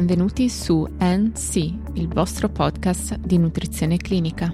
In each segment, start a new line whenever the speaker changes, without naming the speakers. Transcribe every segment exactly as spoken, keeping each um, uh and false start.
benvenuti su N C, il vostro podcast di nutrizione clinica.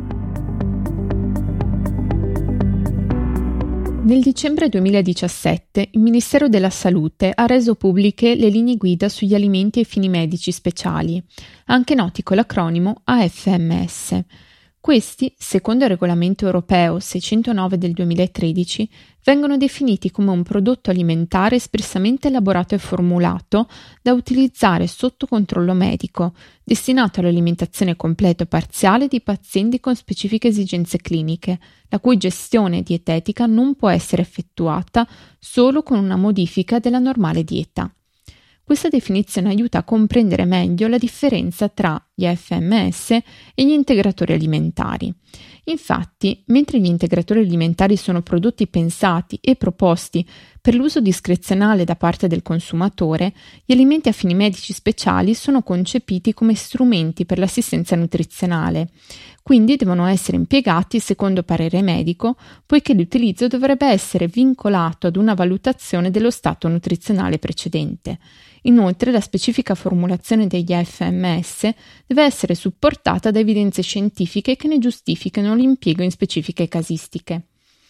Nel dicembre duemiladiciassette il Ministero della Salute ha reso pubbliche le linee guida sugli alimenti ai fini medici speciali, anche noti con l'acronimo A F M S. Questi, secondo il regolamento europeo seicentonove del duemilatredici, vengono definiti come un prodotto alimentare espressamente elaborato e formulato da utilizzare sotto controllo medico, destinato all'alimentazione completa o parziale di pazienti con specifiche esigenze cliniche, la cui gestione dietetica non può essere effettuata solo con una modifica della normale dieta. Questa definizione aiuta a comprendere meglio la differenza tra gli A F M S e gli integratori alimentari. Infatti, mentre gli integratori alimentari sono prodotti pensati e proposti per l'uso discrezionale da parte del consumatore, gli alimenti a fini medici speciali sono concepiti come strumenti per l'assistenza nutrizionale, quindi devono essere impiegati secondo parere medico, poiché l'utilizzo dovrebbe essere vincolato ad una valutazione dello stato nutrizionale precedente. Inoltre, la specifica formulazione degli A F M S deve essere supportata da evidenze scientifiche che ne giustificano l'impiego in specifiche casistiche.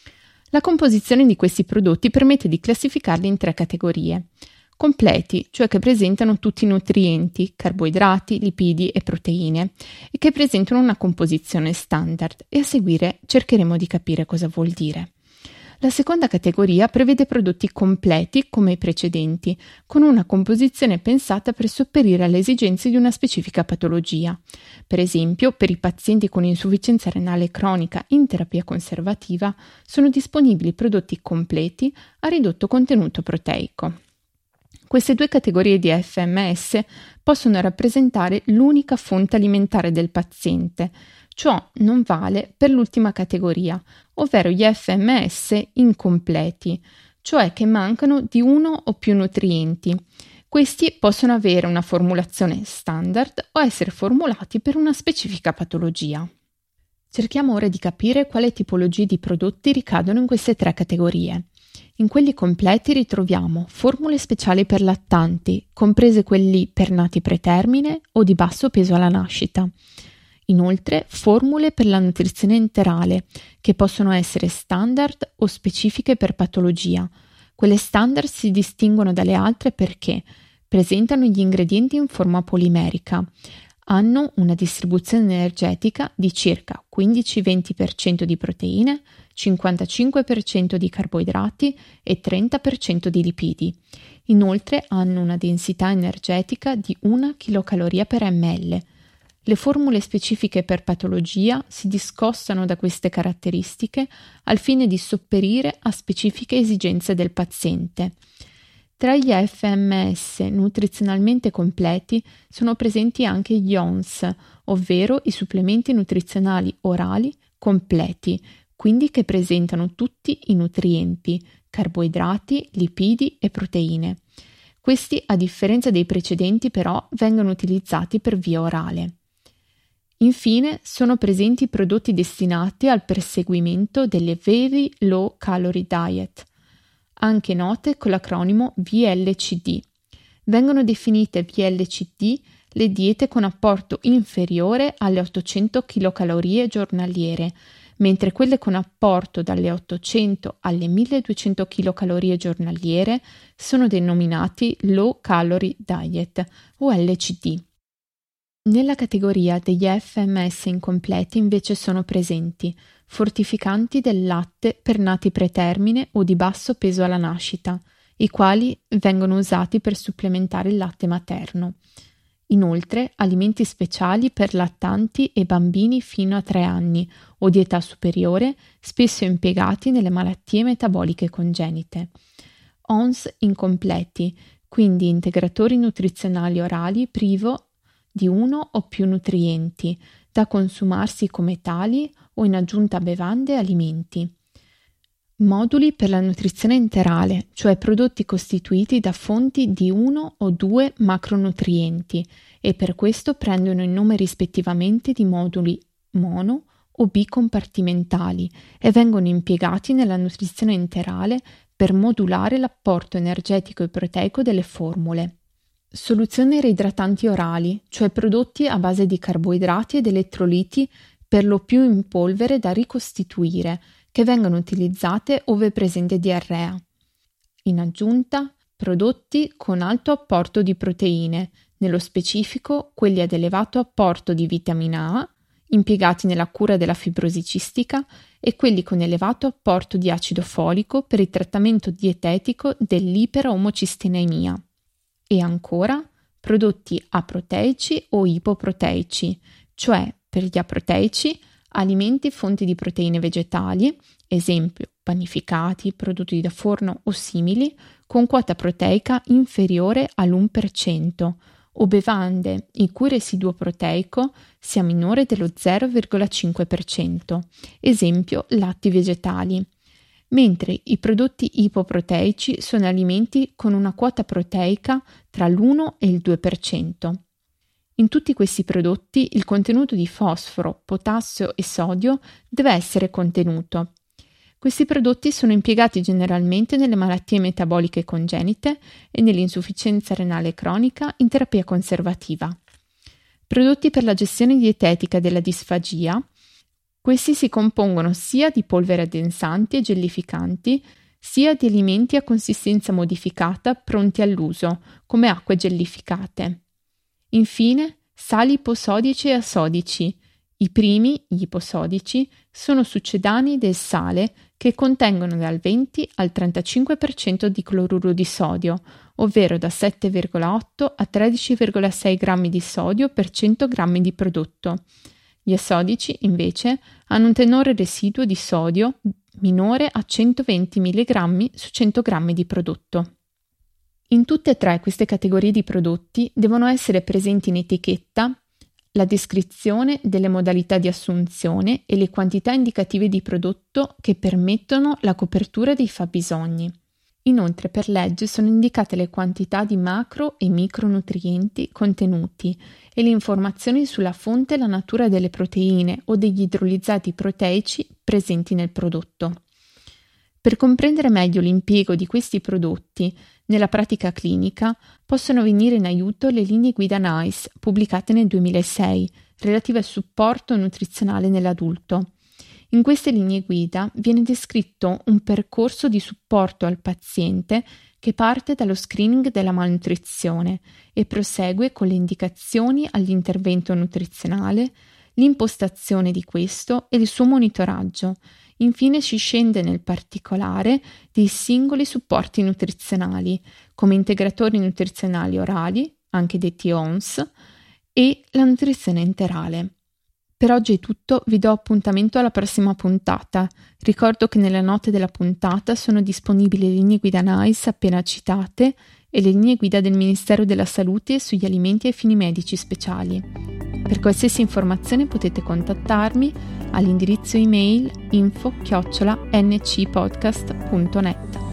La composizione di questi prodotti permette di classificarli in tre categorie. Completi, cioè che presentano tutti i nutrienti, carboidrati, lipidi e proteine, e che presentano una composizione standard, e a seguire cercheremo di capire cosa vuol dire. La seconda categoria prevede prodotti completi come i precedenti, con una composizione pensata per sopperire alle esigenze di una specifica patologia. Per esempio, per i pazienti con insufficienza renale cronica in terapia conservativa sono disponibili prodotti completi a ridotto contenuto proteico. Queste due categorie di A F M S possono rappresentare l'unica fonte alimentare del paziente. Ciò non vale per l'ultima categoria, ovvero gli A F M S incompleti, cioè che mancano di uno o più nutrienti. Questi possono avere una formulazione standard o essere formulati per una specifica patologia. Cerchiamo ora di capire quale tipologie di prodotti ricadono in queste tre categorie. In quelli completi ritroviamo formule speciali per lattanti, comprese quelli per nati pretermine o di basso peso alla nascita. Inoltre, formule per la nutrizione enterale, che possono essere standard o specifiche per patologia. Quelle standard si distinguono dalle altre perché presentano gli ingredienti in forma polimerica, hanno una distribuzione energetica di circa quindici venti per cento di proteine, cinquantacinque per cento di carboidrati e trenta per cento di lipidi. Inoltre hanno una densità energetica di una chilocaloria per millilitro. Le formule specifiche per patologia si discostano da queste caratteristiche al fine di sopperire a specifiche esigenze del paziente. Tra gli A F M S nutrizionalmente completi sono presenti anche gli O N S, ovvero i supplementi nutrizionali orali completi, quindi che presentano tutti i nutrienti, carboidrati, lipidi e proteine. Questi, a differenza dei precedenti, però, vengono utilizzati per via orale. Infine, sono presenti prodotti destinati al perseguimento delle Very Low Calorie Diet, anche note con l'acronimo V L C D. Vengono definite V L C D le diete con apporto inferiore alle ottocento chilocalorie giornaliere, mentre quelle con apporto dalle ottocento alle milleduecento chilocalorie giornaliere sono denominati Low Calorie Diet o L C D. Nella categoria degli A F M S incompleti invece sono presenti fortificanti del latte per nati pretermine o di basso peso alla nascita, i quali vengono usati per supplementare il latte materno. Inoltre, alimenti speciali per lattanti e bambini fino a tre anni o di età superiore, spesso impiegati nelle malattie metaboliche congenite. O N S incompleti, quindi integratori nutrizionali orali privo di uno o più nutrienti, da consumarsi come tali o in aggiunta a bevande e alimenti. Moduli per la nutrizione enterale, cioè prodotti costituiti da fonti di uno o due macronutrienti e per questo prendono il nome rispettivamente di moduli mono o bicompartimentali e vengono impiegati nella nutrizione enterale per modulare l'apporto energetico e proteico delle formule. Soluzioni reidratanti orali, cioè prodotti a base di carboidrati ed elettroliti per lo più in polvere da ricostituire, che vengono utilizzate ove presente diarrea. In aggiunta, prodotti con alto apporto di proteine, nello specifico quelli ad elevato apporto di vitamina A, impiegati nella cura della fibrosi cistica, e quelli con elevato apporto di acido folico per il trattamento dietetico dell'iperomocistenemia. E ancora, prodotti aproteici o ipoproteici, cioè per gli aproteici alimenti fonti di proteine vegetali, esempio panificati, prodotti da forno o simili, con quota proteica inferiore all'uno per cento, o bevande il cui residuo proteico sia minore dello zero virgola cinque per cento, esempio latti vegetali, mentre i prodotti ipoproteici sono alimenti con una quota proteica tra l'uno e il due per cento. In tutti questi prodotti il contenuto di fosforo, potassio e sodio deve essere contenuto. Questi prodotti sono impiegati generalmente nelle malattie metaboliche congenite e nell'insufficienza renale cronica in terapia conservativa. Prodotti per la gestione dietetica della disfagia. Questi si compongono sia di polveri addensanti e gellificanti, sia di alimenti a consistenza modificata pronti all'uso, come acque gellificate. Infine, sali iposodici e asodici. I primi, gli iposodici, sono succedanei del sale che contengono dal venti al trentacinque per cento di cloruro di sodio, ovvero da sette virgola otto a tredici virgola sei grammi di sodio per cento grammi di prodotto. Gli asodici, invece, hanno un tenore residuo di sodio minore a centoventi milligrammi su cento grammi di prodotto. In tutte e tre queste categorie di prodotti devono essere presenti in etichetta la descrizione delle modalità di assunzione e le quantità indicative di prodotto che permettono la copertura dei fabbisogni. Inoltre per legge sono indicate le quantità di macro e micronutrienti contenuti e le informazioni sulla fonte e la natura delle proteine o degli idrolizzati proteici presenti nel prodotto. Per comprendere meglio l'impiego di questi prodotti nella pratica clinica possono venire in aiuto le linee guida NICE pubblicate nel duemilasei relative al supporto nutrizionale nell'adulto. In queste linee guida viene descritto un percorso di supporto al paziente che parte dallo screening della malnutrizione e prosegue con le indicazioni all'intervento nutrizionale, l'impostazione di questo e il suo monitoraggio. Infine si scende nel particolare dei singoli supporti nutrizionali, come integratori nutrizionali orali, anche detti O N S, e la nutrizione enterale. Per oggi è tutto, vi do appuntamento alla prossima puntata. Ricordo che nelle note della puntata sono disponibili le linee guida NICE appena citate e le linee guida del Ministero della Salute sugli alimenti ai fini medici speciali. Per qualsiasi informazione potete contattarmi all'indirizzo email info chiocciola ncpodcast punto net.